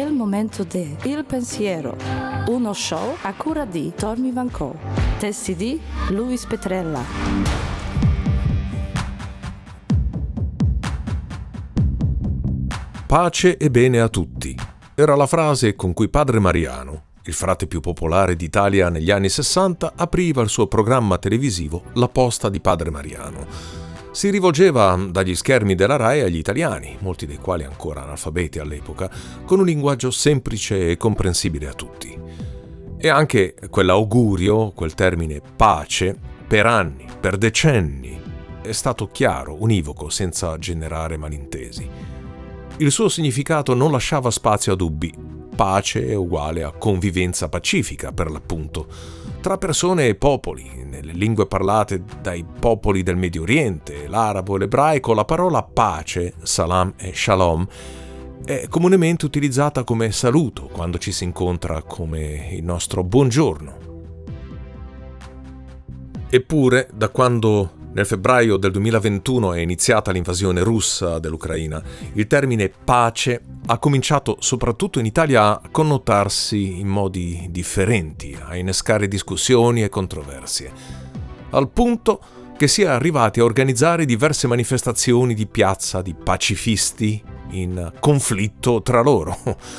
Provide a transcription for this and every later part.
il momento di Il Pensiero, uno show a cura di Tommy Van Co. Testi di Luis Petrella. Pace e bene a tutti. Era la frase con cui padre Mariano, il frate più popolare d'Italia negli anni 60, apriva il suo programma televisivo La Posta di padre Mariano. Si rivolgeva dagli schermi della Rai agli italiani, molti dei quali ancora analfabeti all'epoca, con un linguaggio semplice e comprensibile a tutti. E anche quell'augurio, quel termine pace, per anni, per decenni, è stato chiaro, univoco, senza generare malintesi. Il suo significato non lasciava spazio a dubbi. Pace è uguale a convivenza pacifica, per l'appunto, tra persone e popoli. Nelle lingue parlate dai popoli del Medio Oriente, l'arabo e l'ebraico, la parola pace, salam e shalom, è comunemente utilizzata come saluto quando ci si incontra, come il nostro buongiorno. Eppure, da quando nel febbraio del 2021 è iniziata l'invasione russa dell'Ucraina, il termine pace ha cominciato soprattutto in Italia a connotarsi in modi differenti, a innescare discussioni e controversie, al punto che si è arrivati a organizzare diverse manifestazioni di piazza di pacifisti in conflitto tra loro,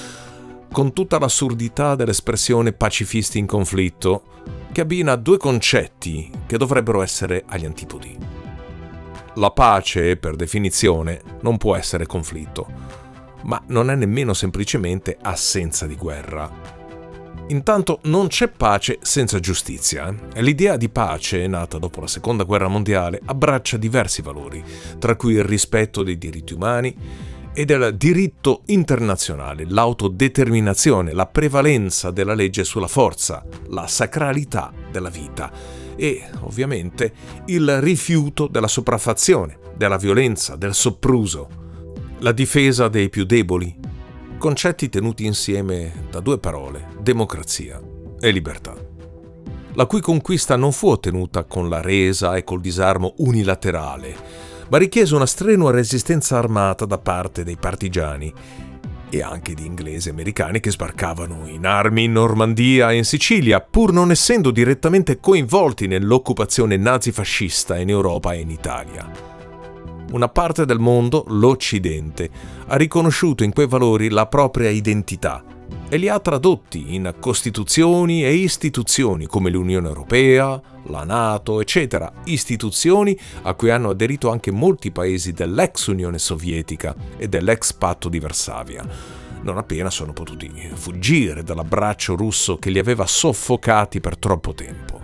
con tutta l'assurdità dell'espressione pacifisti in conflitto, che abbina due concetti che dovrebbero essere agli antipodi. La pace, per definizione, non può essere conflitto, ma non è nemmeno semplicemente assenza di guerra. Intanto non c'è pace senza giustizia. L'idea di pace, nata dopo la Seconda Guerra Mondiale, abbraccia diversi valori, tra cui il rispetto dei diritti umani e del diritto internazionale, l'autodeterminazione, la prevalenza della legge sulla forza, la sacralità della vita e, ovviamente, il rifiuto della sopraffazione, della violenza, del sopruso, la difesa dei più deboli, concetti tenuti insieme da due parole, democrazia e libertà, la cui conquista non fu ottenuta con la resa e col disarmo unilaterale, ma richiese una strenua resistenza armata da parte dei partigiani e anche di inglesi e americani che sbarcavano in armi in Normandia e in Sicilia, pur non essendo direttamente coinvolti nell'occupazione nazifascista in Europa e in Italia. Una parte del mondo, l'Occidente, ha riconosciuto in quei valori la propria identità e li ha tradotti in costituzioni e istituzioni come l'Unione Europea, la NATO, eccetera, istituzioni a cui hanno aderito anche molti paesi dell'ex Unione Sovietica e dell'ex Patto di Varsavia, non appena sono potuti fuggire dall'abbraccio russo che li aveva soffocati per troppo tempo.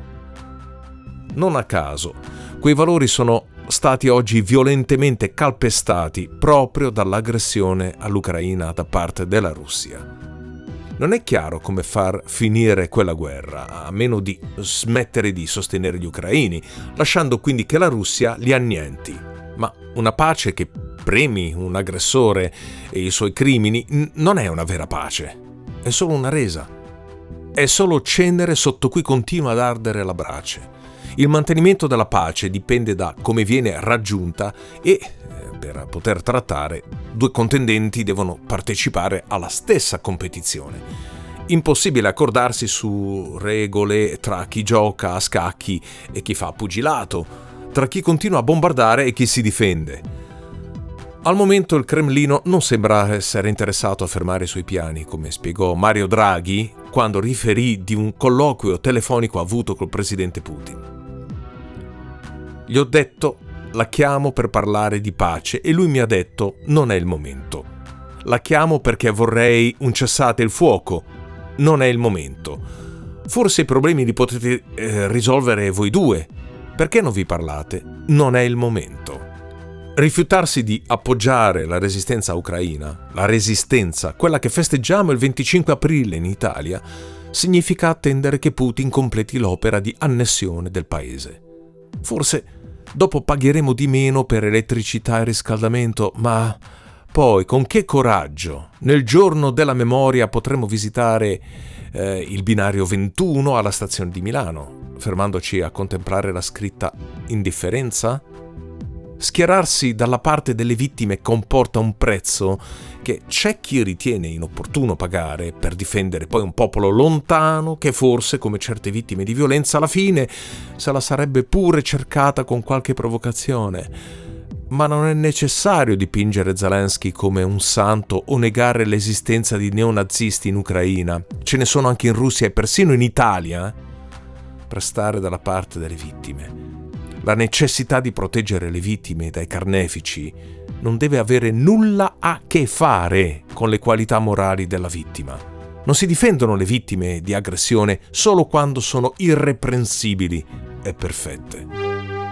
Non a caso, quei valori sono stati oggi violentemente calpestati proprio dall'aggressione all'Ucraina da parte della Russia. Non è chiaro come far finire quella guerra, a meno di smettere di sostenere gli ucraini, lasciando quindi che la Russia li annienti. Ma una pace che premi un aggressore e i suoi crimini non è una vera pace, è solo una resa. È solo cenere sotto cui continua ad ardere la brace. Il mantenimento della pace dipende da come viene raggiunta e, per poter trattare, due contendenti devono partecipare alla stessa competizione. Impossibile accordarsi su regole tra chi gioca a scacchi e chi fa pugilato, tra chi continua a bombardare e chi si difende. Al momento il Cremlino non sembra essere interessato a fermare i suoi piani, come spiegò Mario Draghi quando riferì di un colloquio telefonico avuto col presidente Putin. Gli ho detto: la chiamo per parlare di pace e lui mi ha detto: non è il momento. La chiamo perché vorrei un cessate il fuoco. Non è il momento. Forse i problemi li potete risolvere voi due. Perché non vi parlate? Non è il momento. Rifiutarsi di appoggiare la resistenza ucraina, la resistenza, quella che festeggiamo il 25 aprile in Italia, significa attendere che Putin completi l'opera di annessione del paese. Forse dopo pagheremo di meno per elettricità e riscaldamento, ma poi con che coraggio nel giorno della memoria potremo visitare il binario 21 alla stazione di Milano, fermandoci a contemplare la scritta indifferenza? Schierarsi dalla parte delle vittime comporta un prezzo che c'è chi ritiene inopportuno pagare per difendere poi un popolo lontano che forse, come certe vittime di violenza, alla fine se la sarebbe pure cercata con qualche provocazione. Ma non è necessario dipingere Zelensky come un santo o negare l'esistenza di neonazisti in Ucraina. Ce ne sono anche in Russia e persino in Italia, per stare dalla parte delle vittime. La necessità di proteggere le vittime dai carnefici non deve avere nulla a che fare con le qualità morali della vittima. Non si difendono le vittime di aggressione solo quando sono irreprensibili e perfette.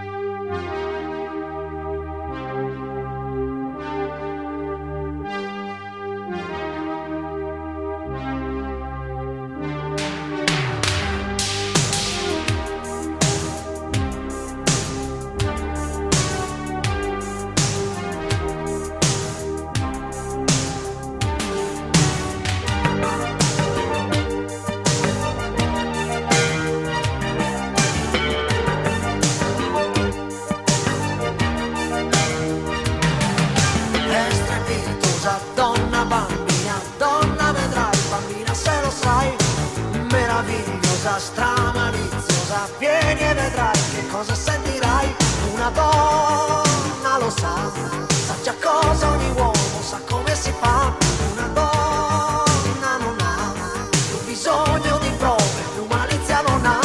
Stramaliziosa, vieni e vedrai che cosa sentirai. Una donna lo sa già cosa ogni uomo sa come si fa. Una donna non ha più bisogno di prove, più malizia non ha.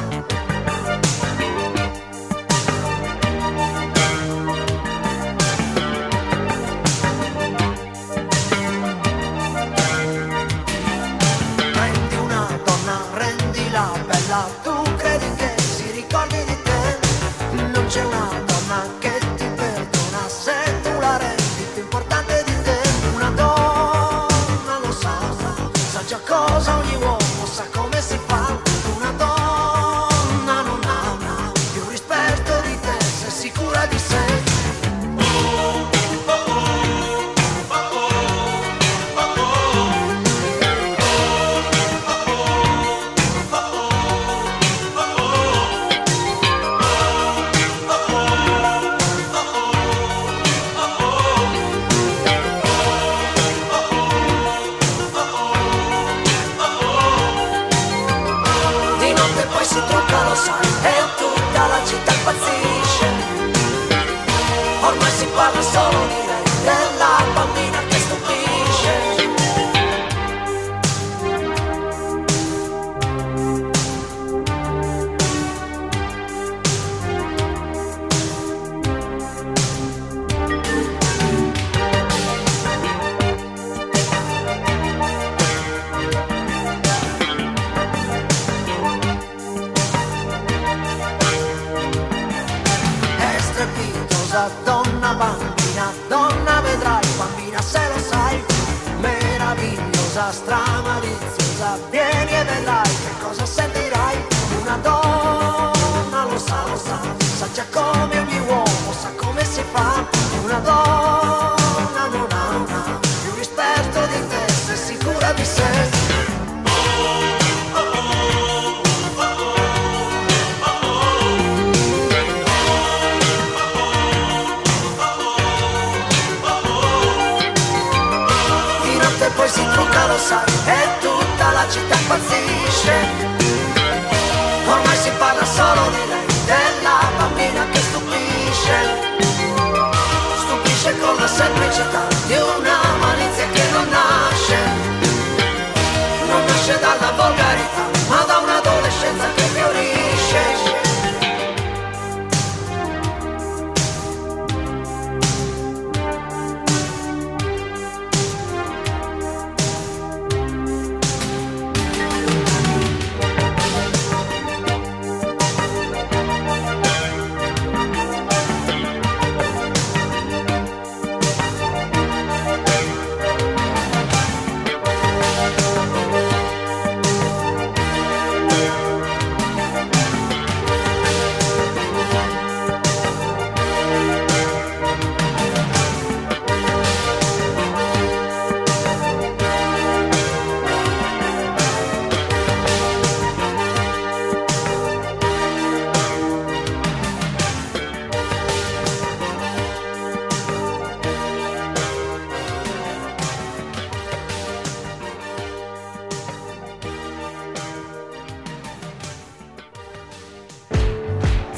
Prendi una donna, rendila bella, tu credi che si ricordi di te? Non c'è una donna che ti perdona se tu la rendi più importante di te. Una donna lo sa già cosa ogni uomo sa come si fa. Una donna non ha più rispetto di te se è sicura di sé. Si trucca, lo sai, e tutta la città impazzisce. Ormai si parla solo di lei, della bambina che stupisce. Donna bambina, donna vedrai, bambina se lo sai, meravigliosa, stramaliziosa, vieni e vedrai che cosa sentirai. Una donna lo sa già come ogni uomo sa come si fa. Una donna non ha più rispetto di te se è sicura di sé. Poi si trucca, lo sai, e tutta la città impazzisce. Ormai si parla solo di lei, della bambina che stupisce. Stupisce con la semplicità di una malizia che non nasce dalla volgarità, ma da un'adolescenza che fiorisce.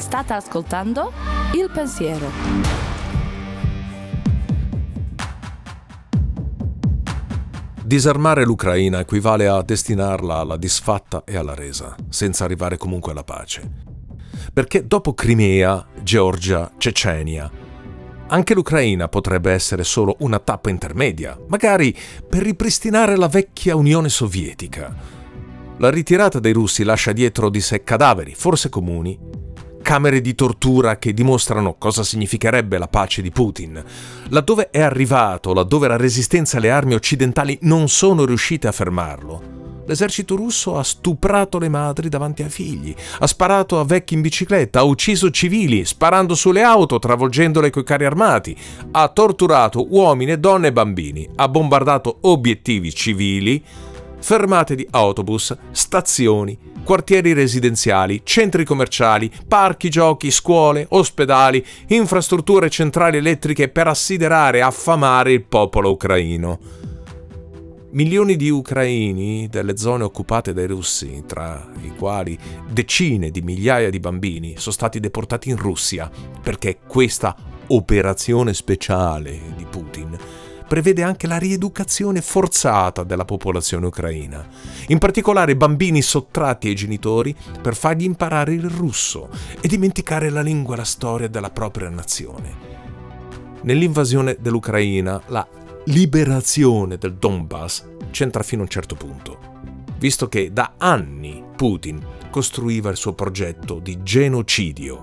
State ascoltando Il Pensiero. Disarmare l'Ucraina equivale a destinarla alla disfatta e alla resa, senza arrivare comunque alla pace. Perché dopo Crimea, Georgia, Cecenia, anche l'Ucraina potrebbe essere solo una tappa intermedia, magari per ripristinare la vecchia Unione Sovietica. La ritirata dei russi lascia dietro di sé cadaveri, forse comuni, camere di tortura che dimostrano cosa significherebbe la pace di Putin, laddove è arrivato, laddove la resistenza e le armi occidentali non sono riuscite a fermarlo. L'esercito russo ha stuprato le madri davanti ai figli, ha sparato a vecchi in bicicletta, ha ucciso civili sparando sulle auto, travolgendole coi carri armati, ha torturato uomini, donne e bambini, ha bombardato obiettivi civili, fermate di autobus, stazioni, quartieri residenziali, centri commerciali, parchi giochi, scuole, ospedali, infrastrutture centrali elettriche per assiderare e affamare il popolo ucraino. Milioni di ucraini delle zone occupate dai russi, tra i quali decine di migliaia di bambini, sono stati deportati in Russia perché questa operazione speciale di Putin prevede anche la rieducazione forzata della popolazione ucraina, in particolare bambini sottratti ai genitori per fargli imparare il russo e dimenticare la lingua e la storia della propria nazione. Nell'invasione dell'Ucraina, la liberazione del Donbass c'entra fino a un certo punto, visto che da anni Putin costruiva il suo progetto di genocidio.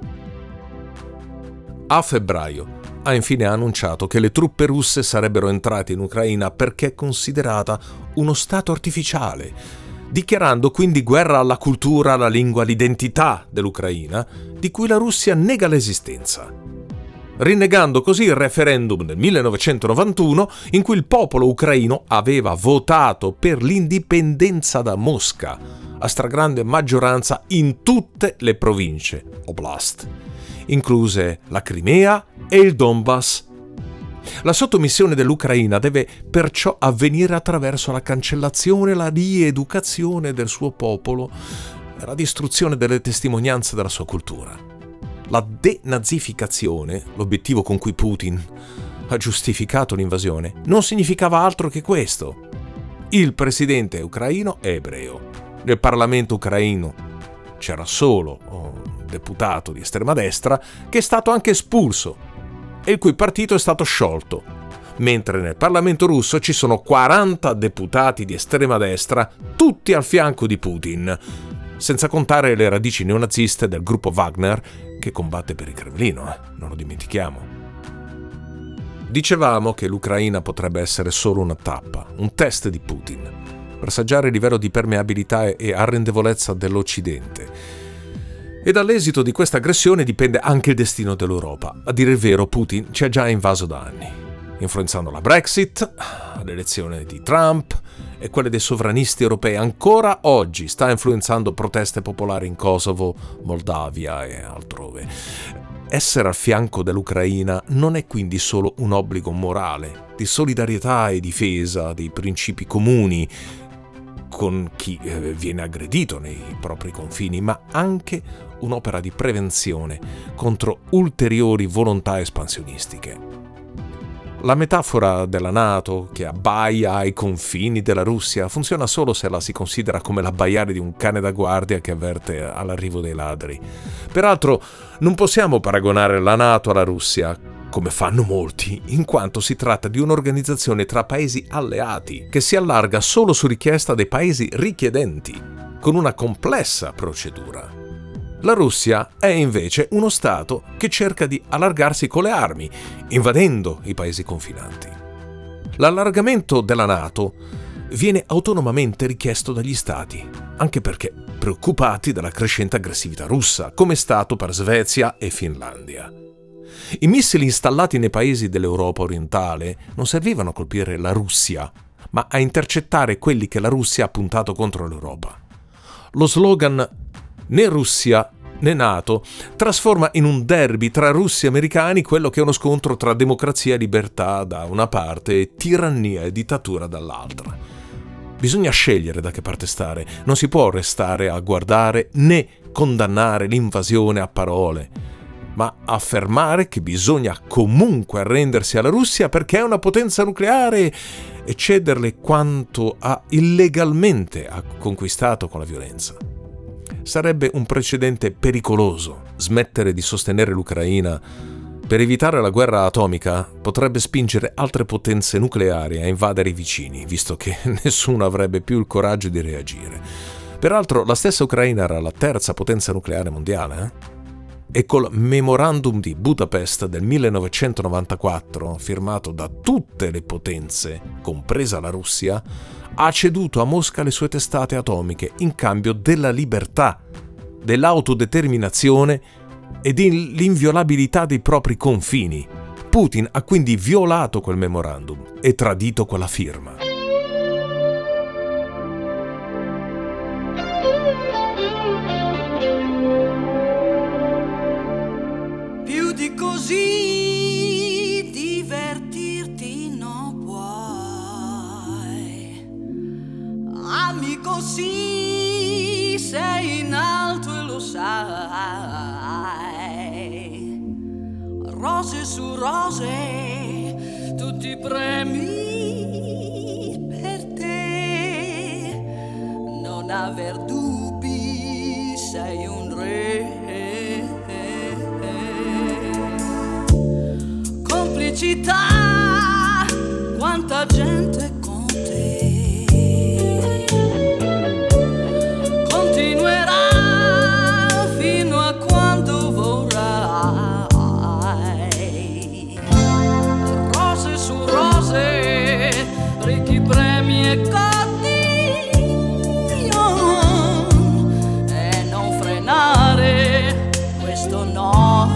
A febbraio ha infine annunciato che le truppe russe sarebbero entrate in Ucraina perché è considerata uno stato artificiale, dichiarando quindi guerra alla cultura, alla lingua, all'identità dell'Ucraina, di cui la Russia nega l'esistenza, rinnegando così il referendum del 1991 in cui il popolo ucraino aveva votato per l'indipendenza da Mosca, a stragrande maggioranza in tutte le province oblast, incluse la Crimea e il Donbass. La sottomissione dell'Ucraina deve perciò avvenire attraverso la cancellazione e la rieducazione del suo popolo e la distruzione delle testimonianze della sua cultura. La denazificazione, l'obiettivo con cui Putin ha giustificato l'invasione, non significava altro che questo. Il presidente ucraino è ebreo. Nel Parlamento ucraino c'era solo un deputato di estrema destra che è stato anche espulso e il cui partito è stato sciolto, mentre nel Parlamento russo ci sono 40 deputati di estrema destra, tutti al fianco di Putin, senza contare le radici neonaziste del gruppo Wagner che combatte per il Cremlino, non lo dimentichiamo. Dicevamo che l'Ucraina potrebbe essere solo una tappa, un test di Putin, per assaggiare il livello di permeabilità e arrendevolezza dell'Occidente. E dall'esito di questa aggressione dipende anche il destino dell'Europa. A dire il vero, Putin ci ha già invaso da anni, influenzando la Brexit, l'elezione di Trump e quelle dei sovranisti europei. Ancora oggi sta influenzando proteste popolari in Kosovo, Moldavia e altrove. Essere al fianco dell'Ucraina non è quindi solo un obbligo morale, di solidarietà e difesa dei principi comuni con chi viene aggredito nei propri confini, ma anche un'opera di prevenzione contro ulteriori volontà espansionistiche. La metafora della NATO che abbaia ai confini della Russia funziona solo se la si considera come l'abbaiare di un cane da guardia che avverte all'arrivo dei ladri. Peraltro, non possiamo paragonare la NATO alla Russia, come fanno molti, in quanto si tratta di un'organizzazione tra paesi alleati che si allarga solo su richiesta dei paesi richiedenti, con una complessa procedura. La Russia è invece uno Stato che cerca di allargarsi con le armi, invadendo i paesi confinanti. L'allargamento della NATO viene autonomamente richiesto dagli Stati, anche perché preoccupati dalla crescente aggressività russa, come è stato per Svezia e Finlandia. I missili installati nei paesi dell'Europa orientale non servivano a colpire la Russia, ma a intercettare quelli che la Russia ha puntato contro l'Europa. Lo slogan "né Russia né NATO" trasforma in un derby tra russi e americani quello che è uno scontro tra democrazia e libertà da una parte e tirannia e dittatura dall'altra. Bisogna scegliere da che parte stare, non si può restare a guardare né condannare l'invasione a parole, ma affermare che bisogna comunque arrendersi alla Russia perché è una potenza nucleare e cederle quanto ha illegalmente conquistato con la violenza. Sarebbe un precedente pericoloso. Smettere di sostenere l'Ucraina per evitare la guerra atomica potrebbe spingere altre potenze nucleari a invadere i vicini, visto che nessuno avrebbe più il coraggio di reagire. Peraltro, la stessa Ucraina era la terza potenza nucleare mondiale, E col Memorandum di Budapest del 1994, firmato da tutte le potenze, compresa la Russia, ha ceduto a Mosca le sue testate atomiche in cambio della libertà, dell'autodeterminazione e dell'inviolabilità dei propri confini. Putin ha quindi violato quel memorandum e tradito quella firma. Più di così divertirti non puoi. Amico, sì, sei in alto e lo sai. Rose su rose, tutti i premi per te. Non aver dubbi, sei un re. Complicità, quanta gente con te. Continuerà fino a quando vorrai. Rose su rose, ricchi premi e cotillon. E non frenare, questo no.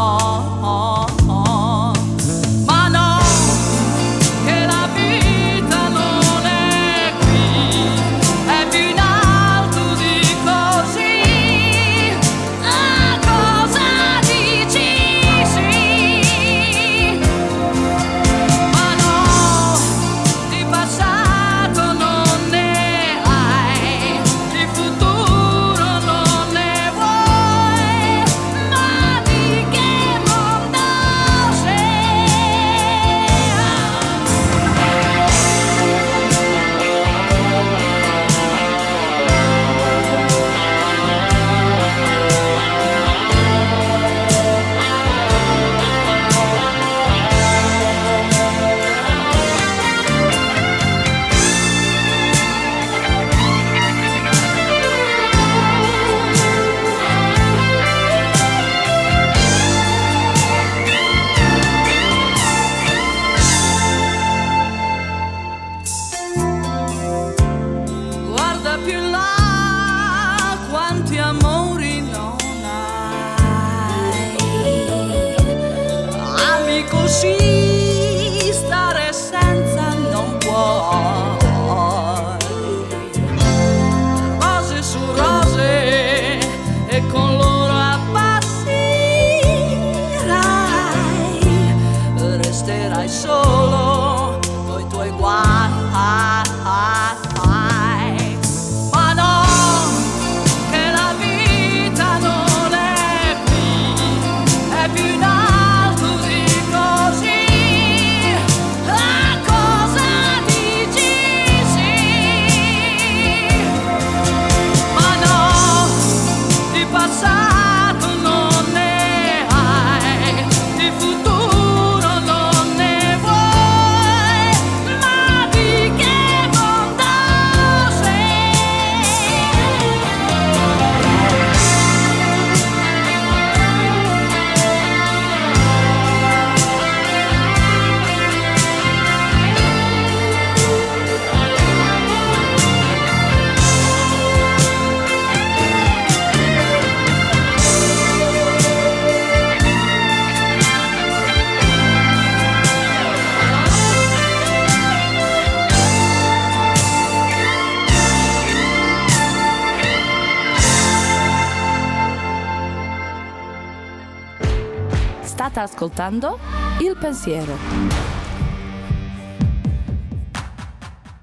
State ascoltando Il Pensiero.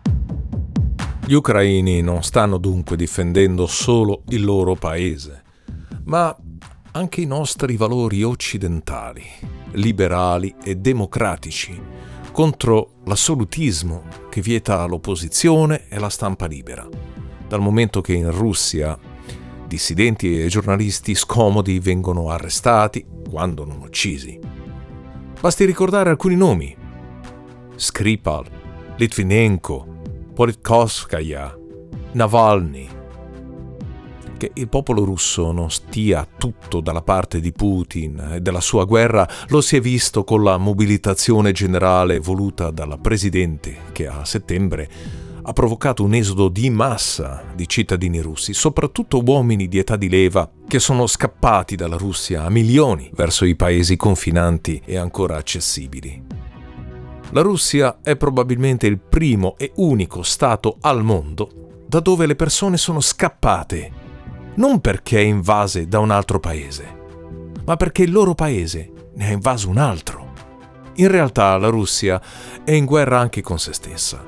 Gli ucraini non stanno dunque difendendo solo il loro paese, ma anche i nostri valori occidentali, liberali e democratici, contro l'assolutismo che vieta l'opposizione e la stampa libera, dal momento che in Russia dissidenti e giornalisti scomodi vengono arrestati, quando non uccisi. Basti ricordare alcuni nomi: Skripal, Litvinenko, Politkovskaya, Navalny. Che il popolo russo non stia tutto dalla parte di Putin e della sua guerra lo si è visto con la mobilitazione generale voluta dalla presidente, che a settembre ha provocato un esodo di massa di cittadini russi, soprattutto uomini di età di leva, che sono scappati dalla Russia a milioni verso i paesi confinanti e ancora accessibili. La Russia è probabilmente il primo e unico stato al mondo da dove le persone sono scappate, non perché è invase da un altro paese, ma perché il loro paese ne ha invaso un altro. In realtà la Russia è in guerra anche con se stessa.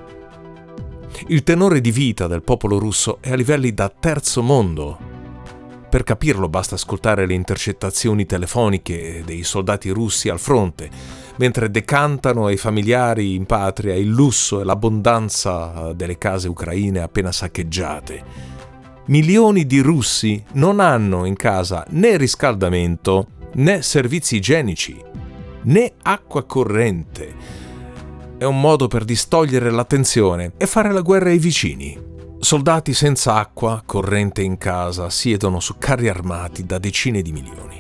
Il tenore di vita del popolo russo è a livelli da terzo mondo. Per capirlo basta ascoltare le intercettazioni telefoniche dei soldati russi al fronte, mentre decantano ai familiari in patria il lusso e l'abbondanza delle case ucraine appena saccheggiate. Milioni di russi non hanno in casa né riscaldamento, né servizi igienici, né acqua corrente. È un modo per distogliere l'attenzione e fare la guerra ai vicini. Soldati senza acqua corrente in casa siedono su carri armati da decine di milioni.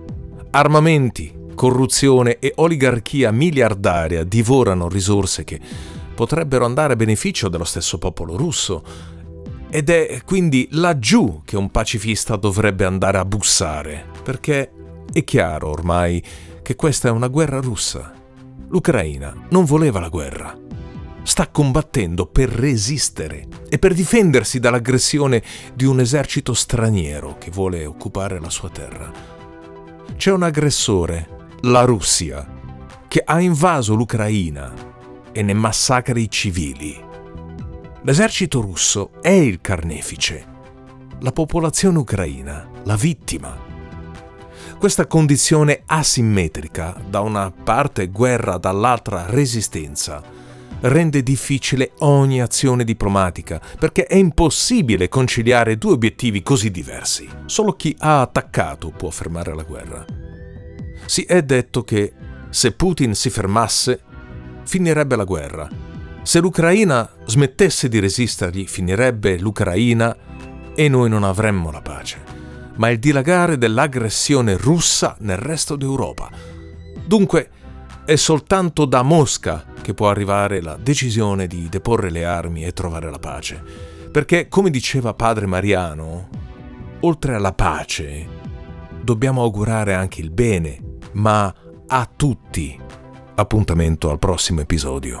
Armamenti, corruzione e oligarchia miliardaria divorano risorse che potrebbero andare a beneficio dello stesso popolo russo. Ed è quindi laggiù che un pacifista dovrebbe andare a bussare, perché è chiaro ormai che questa è una guerra russa. L'Ucraina non voleva la guerra. Sta combattendo per resistere e per difendersi dall'aggressione di un esercito straniero che vuole occupare la sua terra. C'è un aggressore, la Russia, che ha invaso l'Ucraina e ne massacra i civili. L'esercito russo è il carnefice, la popolazione ucraina, la vittima. Questa condizione asimmetrica, da una parte guerra, dall'altra resistenza, rende difficile ogni azione diplomatica, perché è impossibile conciliare due obiettivi così diversi. Solo chi ha attaccato può fermare la guerra. Si è detto che se Putin si fermasse, finirebbe la guerra. Se l'Ucraina smettesse di resistergli, finirebbe l'Ucraina e noi non avremmo la pace, ma il dilagare dell'aggressione russa nel resto d'Europa. Dunque, è soltanto da Mosca che può arrivare la decisione di deporre le armi e trovare la pace. Perché, come diceva padre Mariano, oltre alla pace, dobbiamo augurare anche il bene, ma a tutti. Appuntamento al prossimo episodio.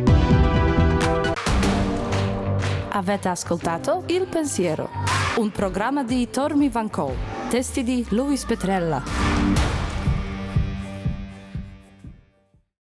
Avete ascoltato Il Pensiero, un programma di Tormi Vancò, testi di Luis Petrella.